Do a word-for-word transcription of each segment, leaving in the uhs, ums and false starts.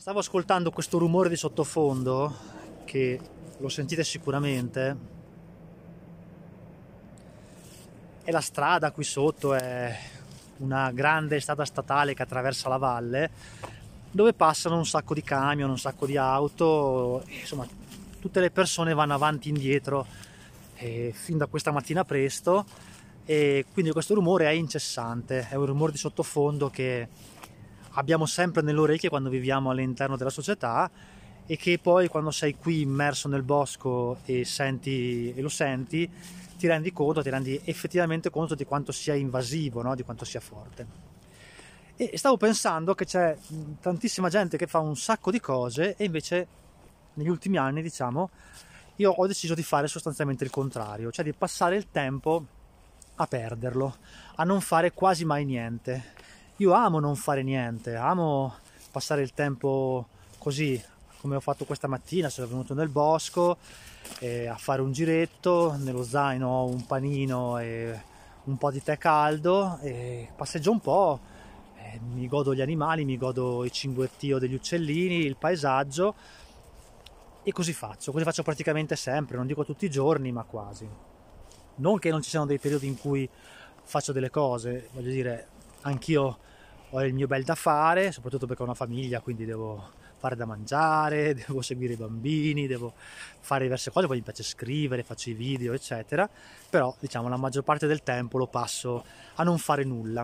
Stavo ascoltando questo rumore di sottofondo, che lo sentite sicuramente. E la strada qui sotto è una grande strada statale che attraversa la valle, dove passano un sacco di camion, un sacco di auto, insomma tutte le persone vanno avanti e indietro eh, fin da questa mattina presto, e quindi questo rumore è incessante, è un rumore di sottofondo che abbiamo sempre nelle orecchie quando viviamo all'interno della società, e che poi quando sei qui immerso nel bosco e senti e lo senti, ti rendi conto, ti rendi effettivamente conto di quanto sia invasivo, no? Di quanto sia forte. E stavo pensando che c'è tantissima gente che fa un sacco di cose, e invece negli ultimi anni, diciamo, io ho deciso di fare sostanzialmente il contrario, cioè di passare il tempo a perderlo, a non fare quasi mai niente. Io amo non fare niente, amo passare il tempo così, come ho fatto questa mattina. Sono venuto nel bosco eh, a fare un giretto, nello zaino ho un panino e un po' di tè caldo, e passeggio un po', eh, mi godo gli animali, mi godo il cinguettio degli uccellini, il paesaggio, e così faccio, così faccio praticamente sempre, non dico tutti i giorni, ma quasi. Non che non ci siano dei periodi in cui faccio delle cose, voglio dire, anch'io ho il mio bel da fare, soprattutto perché ho una famiglia, quindi devo fare da mangiare, devo seguire i bambini, devo fare diverse cose, poi mi piace scrivere, faccio i video, eccetera, però diciamo la maggior parte del tempo lo passo a non fare nulla.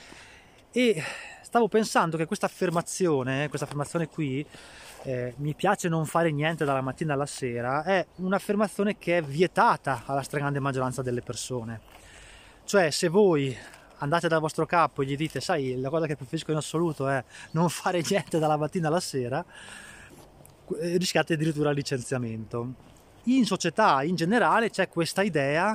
E stavo pensando che questa affermazione, questa affermazione qui, eh, mi piace non fare niente dalla mattina alla sera, è un'affermazione che è vietata alla stragrande maggioranza delle persone. Cioè, se voi andate dal vostro capo e gli dite: sai, la cosa che preferisco in assoluto è non fare niente dalla mattina alla sera, rischiate addirittura il licenziamento. In società in generale c'è questa idea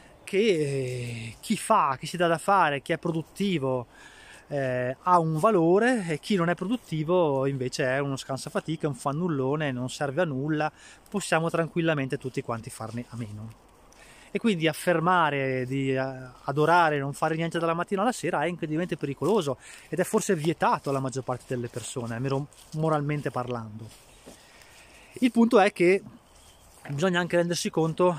che chi fa, chi si dà da fare, chi è produttivo eh, ha un valore, e chi non è produttivo invece è uno scansafatica, un fannullone, non serve a nulla, possiamo tranquillamente tutti quanti farne a meno. E quindi affermare di adorare non fare niente dalla mattina alla sera è incredibilmente pericoloso, ed è forse vietato alla maggior parte delle persone, almeno moralmente parlando. Il punto è che bisogna anche rendersi conto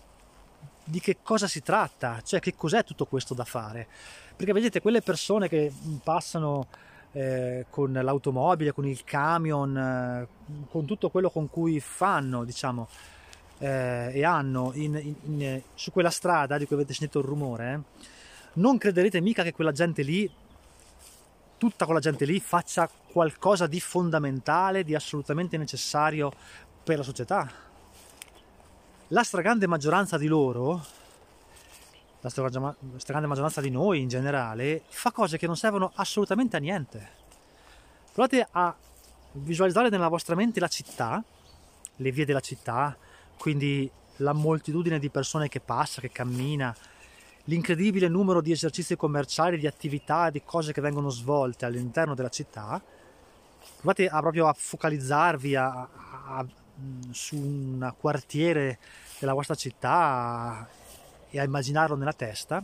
di che cosa si tratta, cioè che cos'è tutto questo da fare. Perché vedete, quelle persone che passano eh, con l'automobile, con il camion, eh, con tutto quello con cui fanno, diciamo, Eh, e hanno in, in, in, su quella strada di cui avete sentito il rumore, eh, non crederete mica che quella gente lì, tutta quella gente lì, faccia qualcosa di fondamentale, di assolutamente necessario per la società. La stragrande maggioranza di loro, la stragrande maggioranza di noi in generale, fa cose che non servono assolutamente a niente. Provate a visualizzare nella vostra mente la città, le vie della città, quindi la moltitudine di persone che passa, che cammina, l'incredibile numero di esercizi commerciali, di attività, di cose che vengono svolte all'interno della città. Provate a proprio a focalizzarvi a, a, a, su un quartiere della vostra città e a immaginarlo nella testa.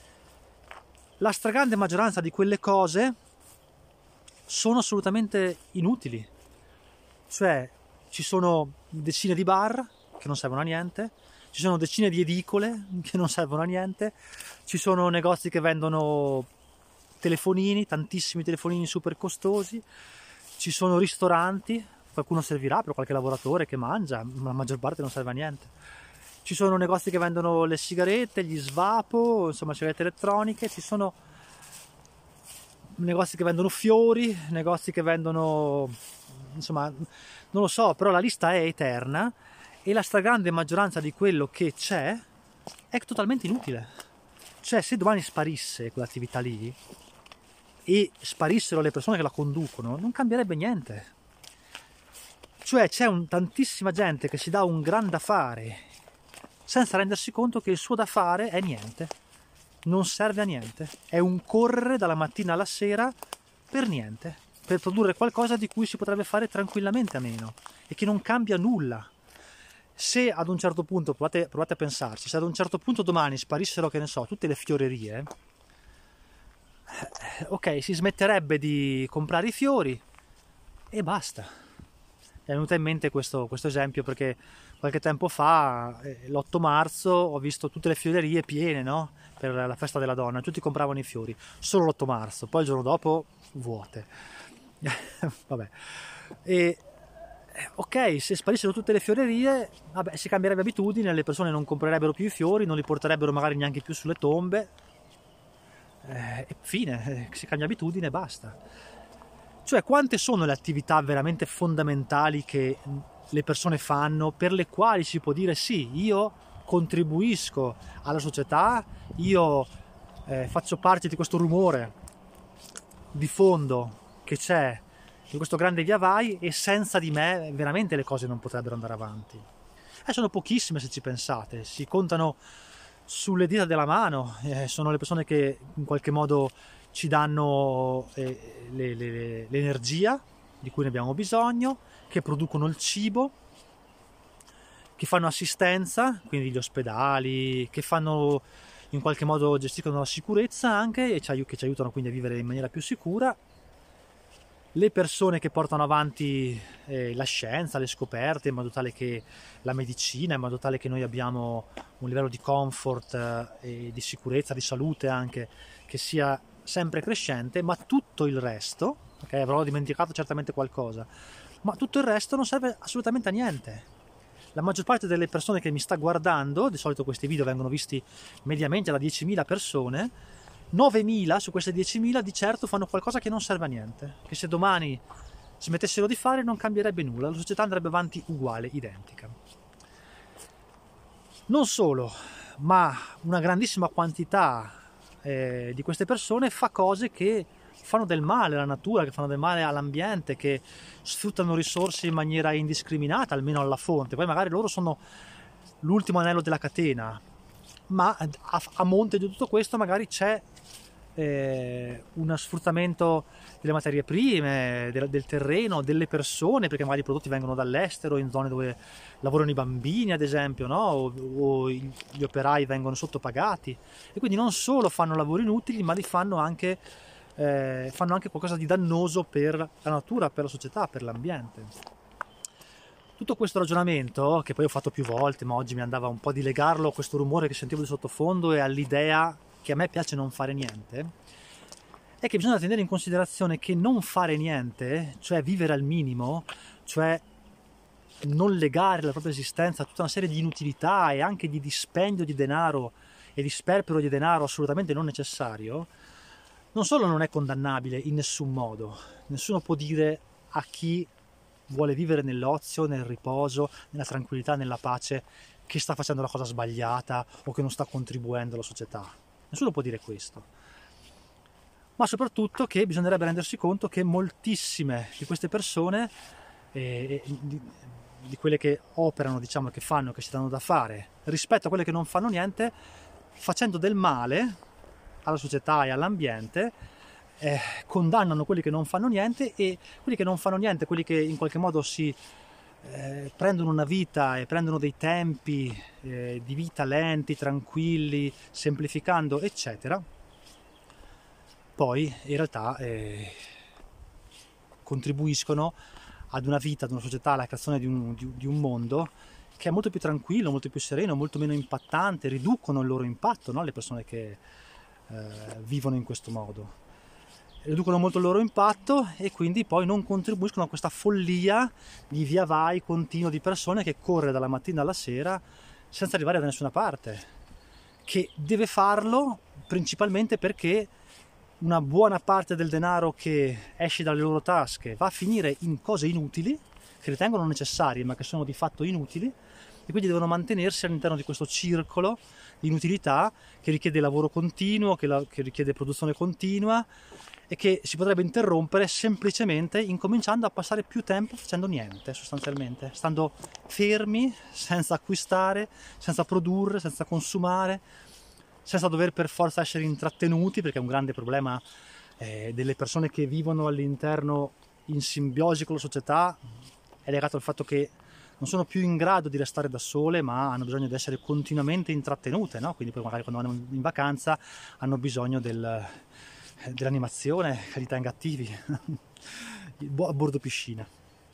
La stragrande maggioranza di quelle cose sono assolutamente inutili, cioè ci sono decine di bar che non servono a niente, ci sono decine di edicole che non servono a niente, ci sono negozi che vendono telefonini, tantissimi telefonini super costosi, ci sono ristoranti, qualcuno servirà per qualche lavoratore che mangia, ma la maggior parte non serve a niente. Ci sono negozi che vendono le sigarette, gli svapo, insomma sigarette elettroniche, ci sono negozi che vendono fiori, negozi che vendono, insomma, non lo so, però la lista è eterna, e la stragrande maggioranza di quello che c'è è totalmente inutile. Cioè, se domani sparisse quell'attività lì e sparissero le persone che la conducono, non cambierebbe niente. Cioè, c'è un, tantissima gente che si dà un gran da fare senza rendersi conto che il suo da fare è niente, non serve a niente, è un correre dalla mattina alla sera per niente, per produrre qualcosa di cui si potrebbe fare tranquillamente a meno e che non cambia nulla. Se ad un certo punto, provate, provate a pensarci, se ad un certo punto domani sparissero, che ne so, tutte le fiorerie, ok, si smetterebbe di comprare i fiori e basta. Mi è venuto in mente questo, questo esempio perché qualche tempo fa, eh, l'otto marzo, ho visto tutte le fiorerie piene, no? Per la festa della donna, tutti compravano i fiori, solo l'otto marzo, poi il giorno dopo vuote. Vabbè. E ok, se sparissero tutte le fiorerie, vabbè, si cambierebbe abitudine, le persone non comprerebbero più i fiori, non li porterebbero magari neanche più sulle tombe, eh, e fine, eh, si cambia abitudine e basta. Cioè, quante sono le attività veramente fondamentali che le persone fanno, per le quali si può dire sì, io contribuisco alla società, io eh, faccio parte di questo rumore di fondo che c'è in questo grande via vai, e senza di me veramente le cose non potrebbero andare avanti. E sono pochissime se ci pensate, si contano sulle dita della mano, eh, sono le persone che in qualche modo ci danno eh, le, le, l'energia di cui ne abbiamo bisogno, che producono il cibo, che fanno assistenza, quindi gli ospedali, che fanno in qualche modo gestiscono la sicurezza anche e ci, che ci aiutano quindi a vivere in maniera più sicura, le persone che portano avanti eh, la scienza, le scoperte, in modo tale che la medicina, in modo tale che noi abbiamo un livello di comfort eh, e di sicurezza, di salute anche, che sia sempre crescente, ma tutto il resto, ok, avrò dimenticato certamente qualcosa, ma tutto il resto non serve assolutamente a niente. La maggior parte delle persone che mi sta guardando, di solito questi video vengono visti mediamente da diecimila persone, novemila su queste diecimila di certo fanno qualcosa che non serve a niente, che se domani si mettessero di fare non cambierebbe nulla, la società andrebbe avanti uguale, identica. Non solo, ma una grandissima quantità eh, di queste persone fa cose che fanno del male alla natura, che fanno del male all'ambiente, che sfruttano risorse in maniera indiscriminata, almeno alla fonte. Poi magari loro sono l'ultimo anello della catena, ma a, a monte di tutto questo magari c'è eh, uno sfruttamento delle materie prime, del, del terreno, delle persone, perché magari i prodotti vengono dall'estero, in zone dove lavorano i bambini ad esempio, no? o, o gli operai vengono sottopagati, e quindi non solo fanno lavori inutili, ma li fanno anche, eh, fanno anche qualcosa di dannoso per la natura, per la società, per l'ambiente. Tutto questo ragionamento, che poi ho fatto più volte, ma oggi mi andava un po' di legarlo a questo rumore che sentivo di sottofondo e all'idea che a me piace non fare niente, è che bisogna tenere in considerazione che non fare niente, cioè vivere al minimo, cioè non legare la propria esistenza a tutta una serie di inutilità e anche di dispendio di denaro e di sperpero di denaro assolutamente non necessario, non solo non è condannabile in nessun modo, nessuno può dire a chi vuole vivere nell'ozio, nel riposo, nella tranquillità, nella pace, che sta facendo la cosa sbagliata o che non sta contribuendo alla società. Nessuno può dire questo. Ma soprattutto che bisognerebbe rendersi conto che moltissime di queste persone, eh, di, di quelle che operano, diciamo, che fanno, che si danno da fare, rispetto a quelle che non fanno niente, facendo del male alla società e all'ambiente, Eh, condannano quelli che non fanno niente, e quelli che non fanno niente, quelli che in qualche modo si eh, prendono una vita e prendono dei tempi eh, di vita lenti, tranquilli, semplificando, eccetera, poi in realtà eh, contribuiscono ad una vita, ad una società, alla creazione di un, di, di un mondo che è molto più tranquillo, molto più sereno, molto meno impattante, riducono il loro impatto, no? Le persone che eh, vivono in questo modo riducono molto il loro impatto, e quindi poi non contribuiscono a questa follia di via vai continuo di persone che corre dalla mattina alla sera senza arrivare da nessuna parte, che deve farlo principalmente perché una buona parte del denaro che esce dalle loro tasche va a finire in cose inutili, che ritengono necessarie ma che sono di fatto inutili, e quindi devono mantenersi all'interno di questo circolo di inutilità che richiede lavoro continuo, che, la, che richiede produzione continua, e che si potrebbe interrompere semplicemente incominciando a passare più tempo facendo niente, sostanzialmente, stando fermi, senza acquistare, senza produrre, senza consumare, senza dover per forza essere intrattenuti, perché è un grande problema eh, delle persone che vivono all'interno in simbiosi con la società, è legato al fatto che non sono più in grado di restare da sole, ma hanno bisogno di essere continuamente intrattenute, no? Quindi poi magari quando vanno in vacanza hanno bisogno del, dell'animazione, che li tenga attivi, a bordo piscina.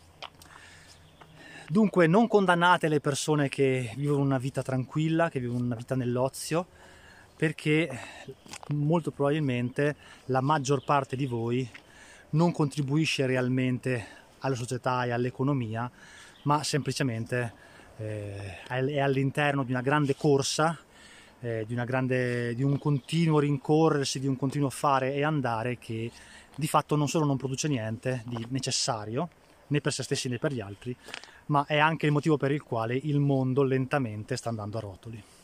Dunque non condannate le persone che vivono una vita tranquilla, che vivono una vita nell'ozio, perché molto probabilmente la maggior parte di voi non contribuisce realmente alla società e all'economia, ma semplicemente eh, è all'interno di una grande corsa, eh, di, una grande, di un continuo rincorrersi, di un continuo fare e andare che di fatto non solo non produce niente di necessario, né per se stessi né per gli altri, ma è anche il motivo per il quale il mondo lentamente sta andando a rotoli.